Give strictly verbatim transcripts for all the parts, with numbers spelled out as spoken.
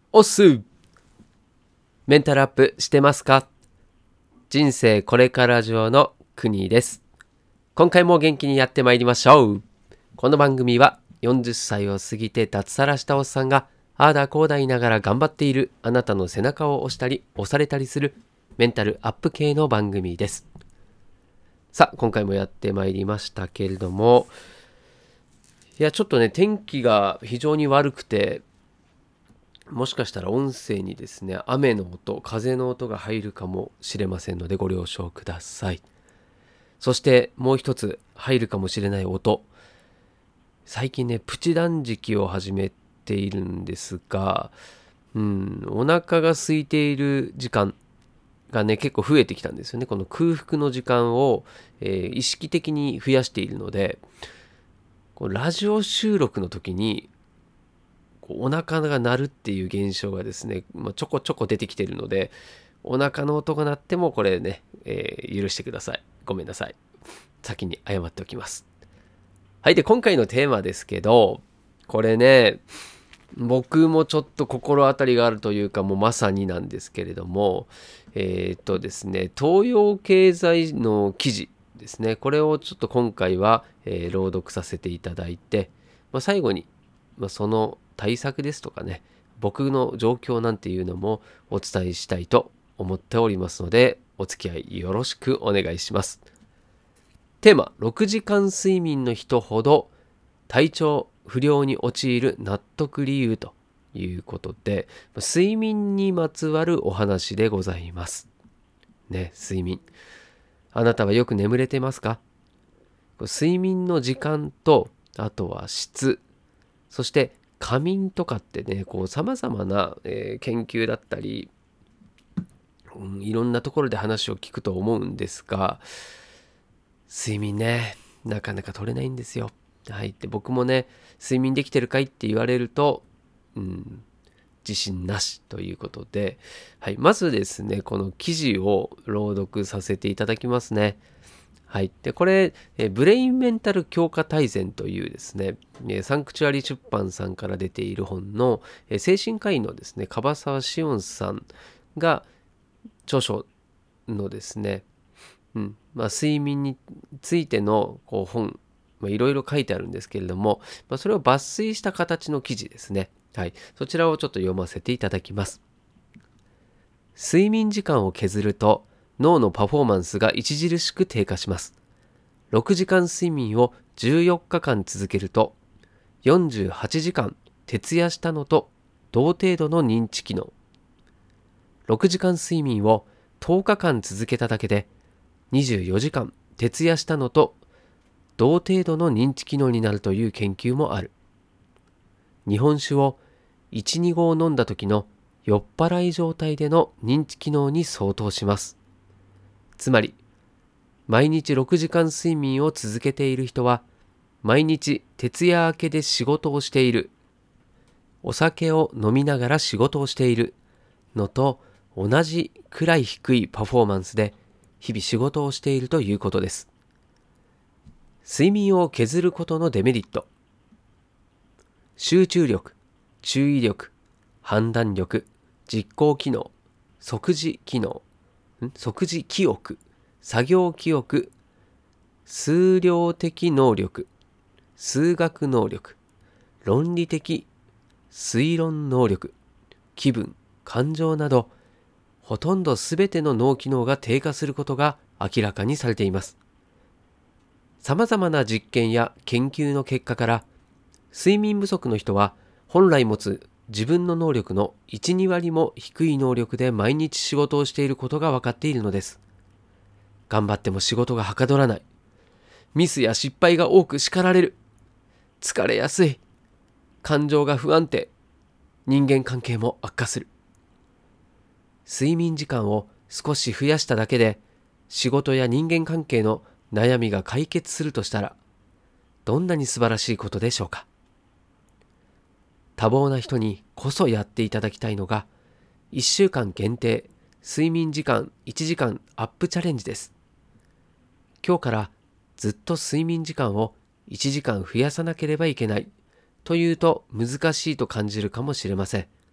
おっす。メンタルアップしてますか？人生これから上の国です。今回も元気にやってまいりましょう。この番組はよんじゅっさいを過ぎて脱サラしたおっさんがああだこうだ言いながら頑張っているあなたの背中を押したり押されたりするメンタルアップ系の番組です。さあ今回もやってまいりましたけれども、いやちょっとね天気が非常に悪くて、もしかしたら音声にですね雨の音風の音が入るかもしれませんのでご了承ください。そしてもう一つ入るかもしれない音、最近ねプチ断食を始めているんですが、うんお腹が空いている時間がね結構増えてきたんですよね。この空腹の時間を、えー意識的に増やしているので、こうラジオ収録の時にこうお腹が鳴るっていう現象がですね、まあ、ちょこちょこ出てきているので、お腹の音が鳴ってもこれね、えー許してください。ごめんなさい。先に謝っておきます。はい。で、今回のテーマですけど、これね、僕もちょっと心当たりがあるというか、もうまさになんですけれども、えーっとですね、東洋経済の記事ですね、これをちょっと今回は、えー朗読させていただいて、まあ、最後に、まあ、その対策ですとかね、僕の状況なんていうのもお伝えしたいと思っておりますので、お付き合いよろしくお願いします。テーマ、ろくじかん睡眠の人ほど体調不良に陥る納得理由ということで、睡眠にまつわるお話でございます。ね、睡眠。あなたはよく眠れてますか？睡眠の時間と、あとは質、そして仮眠とかってね、こう様々な、えー研究だったり、うん、いろんなところで話を聞くと思うんですが、睡眠ね、なかなか取れないんですよ。はい。で、僕もね、睡眠できてるかいって言われると、うん、自信なしということで、はい。まずですね、この記事を朗読させていただきますね。はい。で、これ、えブレインメンタル強化大全というですね、えサンクチュアリ出版さんから出ている本の、え精神科医のですね、樺沢志音さんが著書のですね、うんまあ、睡眠についてのこう本、いろいろ書いてあるんですけれども、まあ、それを抜粋した形の記事ですね。はい。そちらをちょっと読ませていただきます。睡眠時間を削ると脳のパフォーマンスが著しく低下します。ろくじかん睡眠をじゅうよっかかん続けるとよんじゅうはちじかん徹夜したのと同程度の認知機能。ろくじかん睡眠をとおかかん続けただけでにじゅうよじかん徹夜したのと同程度の認知機能になるという研究もある。日本酒をいち、に合飲んだ時の酔っ払い状態での認知機能に相当します。つまり、毎日ろくじかん睡眠を続けている人は、毎日徹夜明けで仕事をしている、お酒を飲みながら仕事をしているのと同じくらい低いパフォーマンスで日々仕事をしているということです。睡眠を削ることのデメリット。集中力、注意力、判断力、実行機能、即時機能、即時記憶、作業記憶、数量的能力、数学能力、論理的推論能力、気分、感情など、ほとんどすべての脳機能が低下することが明らかにされています。さまざまな実験や研究の結果から、睡眠不足の人は本来持つ自分の能力のいち、に割も低い能力で毎日仕事をしていることが分かっているのです。頑張っても仕事がはかどらない。ミスや失敗が多く叱られる。疲れやすい。感情が不安定。人間関係も悪化する。睡眠時間を少し増やしただけで仕事や人間関係の悩みが解決するとしたら、どんなに素晴らしいことでしょうか。多忙な人にこそやっていただきたいのが、いっしゅうかん限定睡眠時間いちじかんアップチャレンジです。今日からずっと睡眠時間をいちじかん増やさなければいけないというと難しいと感じるかもしれません。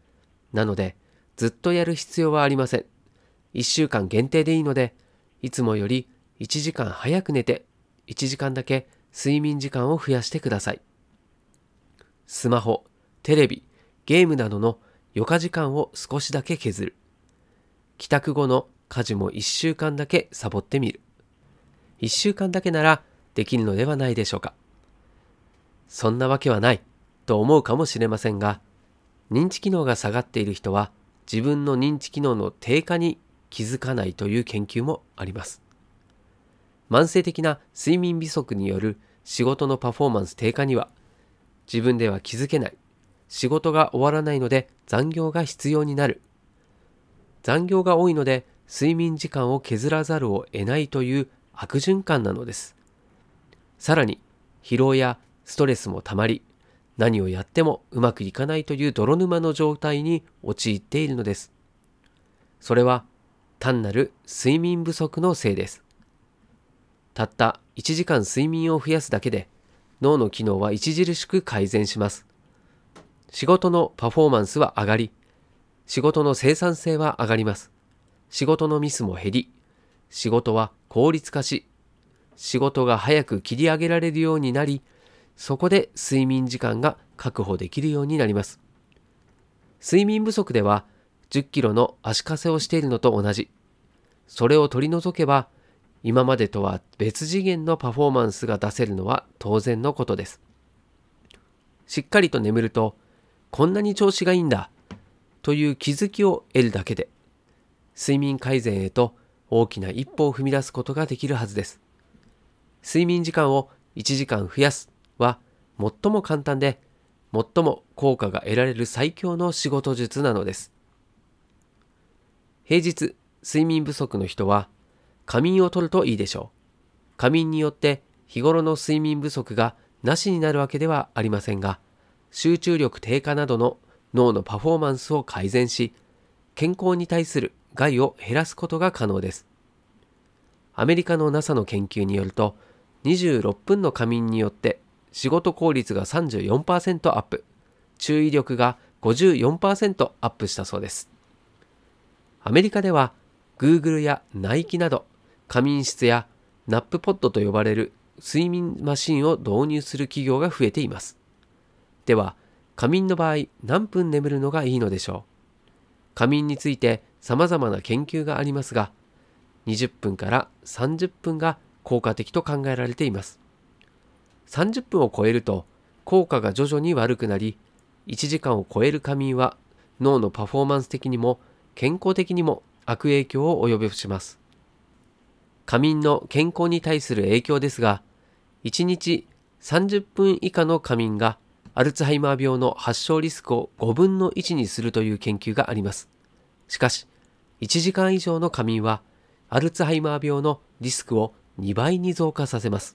なので、ずっとやる必要はありません。いっしゅうかん限定でいいので、いつもよりいちじかん早く寝て、いちじかんだけ睡眠時間を増やしてください。スマホ、テレビ、ゲームなどの余暇時間を少しだけ削る。帰宅後の家事もいっしゅうかんだけサボってみる。いっしゅうかんだけならできるのではないでしょうか。そんなわけはないと思うかもしれませんが、認知機能が下がっている人は自分の認知機能の低下に気づかないという研究もあります。慢性的な睡眠不足による仕事のパフォーマンス低下には、自分では気づけない、仕事が終わらないので残業が必要になる、残業が多いので睡眠時間を削らざるを得ないという悪循環なのです。さらに疲労やストレスもたまり、何をやってもうまくいかないという泥沼の状態に陥っているのです。それは単なる睡眠不足のせいです。たったいちじかん睡眠を増やすだけで脳の機能は著しく改善します。仕事のパフォーマンスは上がり、仕事の生産性は上がります。仕事のミスも減り、仕事は効率化し、仕事が早く切り上げられるようになり、そこで睡眠時間が確保できるようになります。睡眠不足ではじゅっキロの足かせをしているのと同じ。それを取り除けば、今までとは別次元のパフォーマンスが出せるのは当然のことです。しっかりと眠ると、こんなに調子がいいんだという気づきを得るだけで、睡眠改善へと大きな一歩を踏み出すことができるはずです。睡眠時間をいちじかん増やすは最も簡単で、最も効果が得られる最強の仕事術なのです。平日、睡眠不足の人は仮眠をとるといいでしょう。仮眠によって日頃の睡眠不足がなしになるわけではありませんが、集中力低下などの脳のパフォーマンスを改善し、健康に対する害を減らすことが可能です。アメリカの ナサ の研究によると、にじゅうろっぷんの仮眠によって仕事効率が さんじゅうよんパーセント アップ、注意力が ごじゅうよんパーセント アップしたそうです。アメリカでは Google やナイキなど仮眠室やナップポッドと呼ばれる睡眠マシンを導入する企業が増えています。では、仮眠の場合何分眠るのがいいのでしょう。仮眠について様々な研究がありますが、にじゅっぷんからさんじゅっぷんが効果的と考えられています。さんじゅっぷんを超えると効果が徐々に悪くなり、いちじかんを超える仮眠は脳のパフォーマンス的にも健康的にも悪影響を及ぼします。仮眠の健康に対する影響ですが、いちにちさんじゅっぷん以下の仮眠がアルツハイマー病の発症リスクをごぶんのいちにするという研究があります。しかし、いちじかん以上の仮眠はアルツハイマー病のリスクをにばいに増加させます。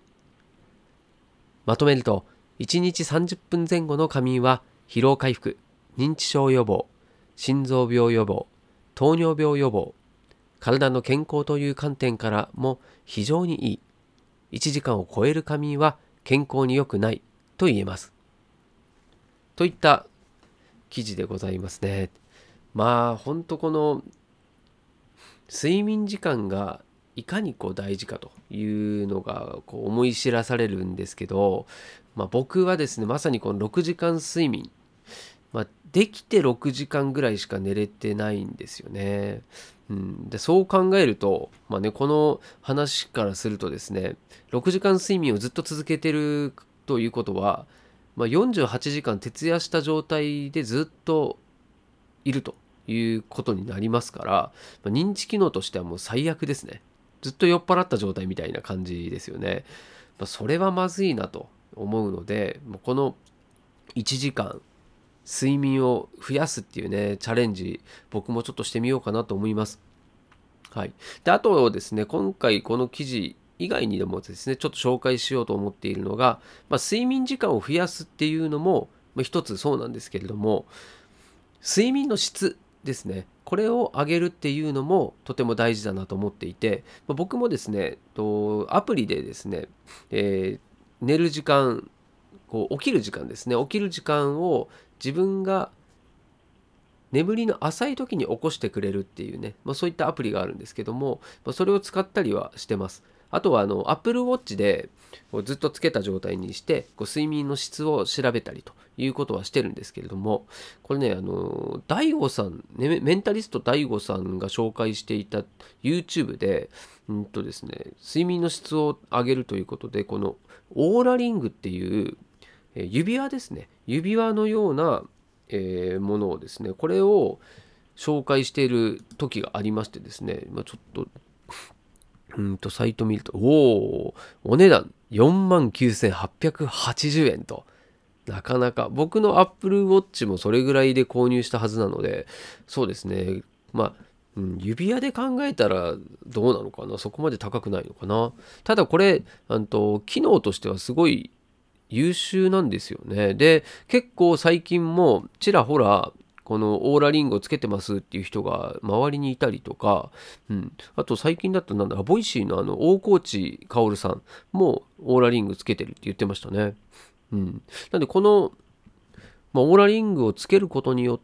まとめると、いちにちさんじゅっぷんぜん後の仮眠は疲労回復、認知症予防、心臓病予防、糖尿病予防、体の健康という観点からも非常にいい。いちじかんを超える仮眠は健康に良くないと言えます。といった記事でございますね。まあ本当この睡眠時間がいかにこう大事かというのがこう思い知らされるんですけど、まあ、僕はですねまさにこのろくじかん睡眠、まあ、できてろくじかんぐらいしか寝れてないんですよね。うん、でそう考えると、まあね、この話からするとですねろくじかん睡眠をずっと続けてるということは、まあ、よんじゅうはちじかん徹夜した状態でずっといるということになりますから、まあ、認知機能としてはもう最悪ですね。ずっと酔っ払った状態みたいな感じですよね。まあ、それはまずいなと思うので、このいちじかん睡眠を増やすっていうねチャレンジ、僕もちょっとしてみようかなと思います。はい。で、あとですね、今回この記事以外にでもですね、ちょっと紹介しようと思っているのが、まあ、睡眠時間を増やすっていうのも、まあ、一つそうなんですけれども、睡眠の質ですね、これを上げるっていうのもとても大事だなと思っていて、まあ、僕もですね、とアプリでですね、えー寝る時間、こう起きる時間ですね、起きる時間を自分が眠りの浅い時に起こしてくれるっていうね、まあ、そういったアプリがあるんですけども、まあ、それを使ったりはしてます。あとはあの Apple Watch でこうずっとつけた状態にしてこう睡眠の質を調べたりということはしてるんですけれども、これね、あの ダイゴ さん、ね、メンタリスト ダイゴ さんが紹介していた YouTube で、うんとですね、睡眠の質を上げるということで、このオーラリングっていうえー指輪ですね、指輪のような、えーものをですね、これを紹介している時がありましてですね、まあ、ちょっとうんとサイト見ると、おお、お値段よんまんきゅうせんはっぴゃくはちじゅうえんと、なかなか僕の Apple Watch もそれぐらいで購入したはずなので、そうですね、まあ、うん、指輪で考えたらどうなのかな、そこまで高くないのかな。ただこれ、あんと機能としてはすごい優秀なんですよね。で、結構最近もちらほらこのオーラリングをつけてますっていう人が周りにいたりとか、うん、あと最近だとなんだ、ボイシーのあの大河内薫さんもオーラリングつけてるって言ってましたね。うん、なんでこの、まあ、オーラリングをつけることによって、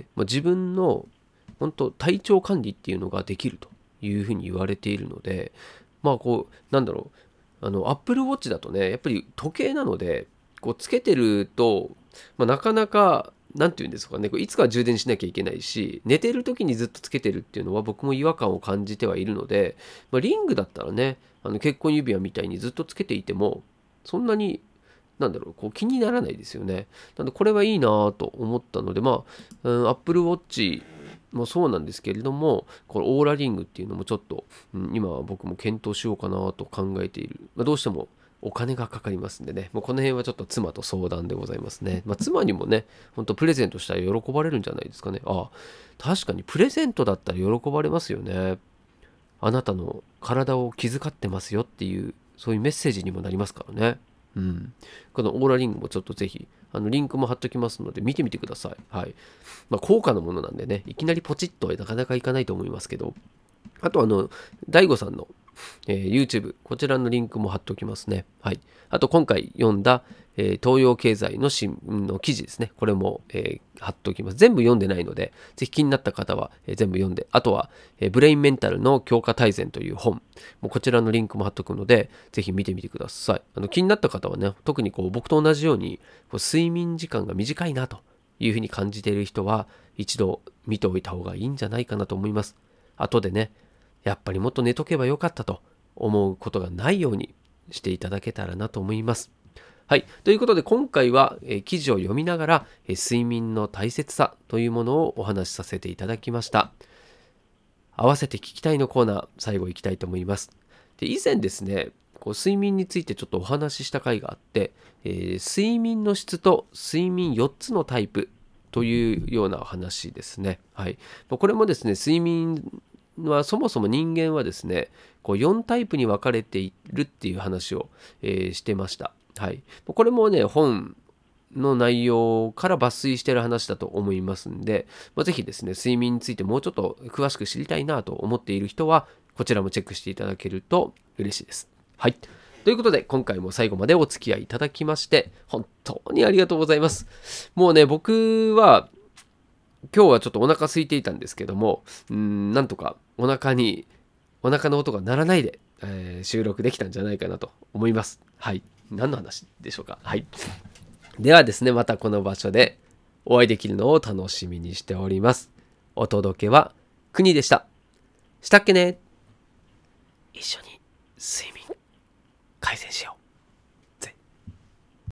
まあ、自分の本当体調管理っていうのができるというふうに言われているので、まあこうなんだろう、あの Apple Watch だとね、やっぱり時計なのでこうつけてると、まあ、なかなかなんていうんですかね、こういつか充電しなきゃいけないし、寝てる時にずっとつけてるっていうのは僕も違和感を感じてはいるので、まあ、リングだったらね、あの結婚指輪みたいにずっとつけていてもそんなになんだろう、こう気にならないですよね。なのでこれはいいなと思ったので、まあ、うん、Apple Watch もそうなんですけれども、このオーラリングっていうのもちょっと、うん、今は僕も検討しようかなと考えている。まあ、どうしてもお金がかかりますんでね、もうこの辺はちょっと妻と相談でございますね。まあ、妻にもね、本当プレゼントしたら喜ばれるんじゃないですかね。ああ、確かにプレゼントだったら喜ばれますよね。あなたの体を気遣ってますよっていう、そういうメッセージにもなりますからね。うん。このオーラリングもちょっとぜひ、あのリンクも貼っときますので見てみてください。はい。まあ、高価なものなんでね、いきなりポチッとはなかなかいかないと思いますけど、あとあの、ダイゴさんの、えー YouTube、こちらのリンクも貼っておきますね。はい。あと今回読んだ、えー東洋経済の新聞の記事ですね。これも、えー貼っておきます。全部読んでないので、ぜひ気になった方は、えー全部読んで、あとは、えーブレインメンタルの強化大全という本、もうこちらのリンクも貼っておくので、ぜひ見てみてください。あの気になった方はね、特にこう僕と同じようにこう睡眠時間が短いなというふうに感じている人は、一度見ておいた方がいいんじゃないかなと思います。後でね、やっぱりもっと寝とけばよかったと思うことがないようにしていただけたらなと思います。はい。ということで今回は、えー記事を読みながら、えー睡眠の大切さというものをお話しさせていただきました。合わせて聞きたいのコーナー、最後いきたいと思います。で、以前ですね、こう睡眠についてちょっとお話しした回があって、えー睡眠の質と睡眠よっつのタイプというようなお話ですね。はい。これもですね、睡眠はそもそも人間はですね、こうよんタイプに分かれているっていう話を、えーしてました。はい。これもね、本の内容から抜粋している話だと思いますんで、まあ、ぜひですね、睡眠についてもうちょっと詳しく知りたいなと思っている人は、こちらもチェックしていただけると嬉しいです。はい。ということで、今回も最後までお付き合いいただきまして、本当にありがとうございます。もうね、僕は、今日はちょっとお腹空いていたんですけども、うーん、なんとかお腹に、お腹の音が鳴らないで、えー収録できたんじゃないかなと思います。はい。何の話でしょうか。はい。ではですね、またこの場所でお会いできるのを楽しみにしております。お届けは国でした。したっけね。一緒に睡眠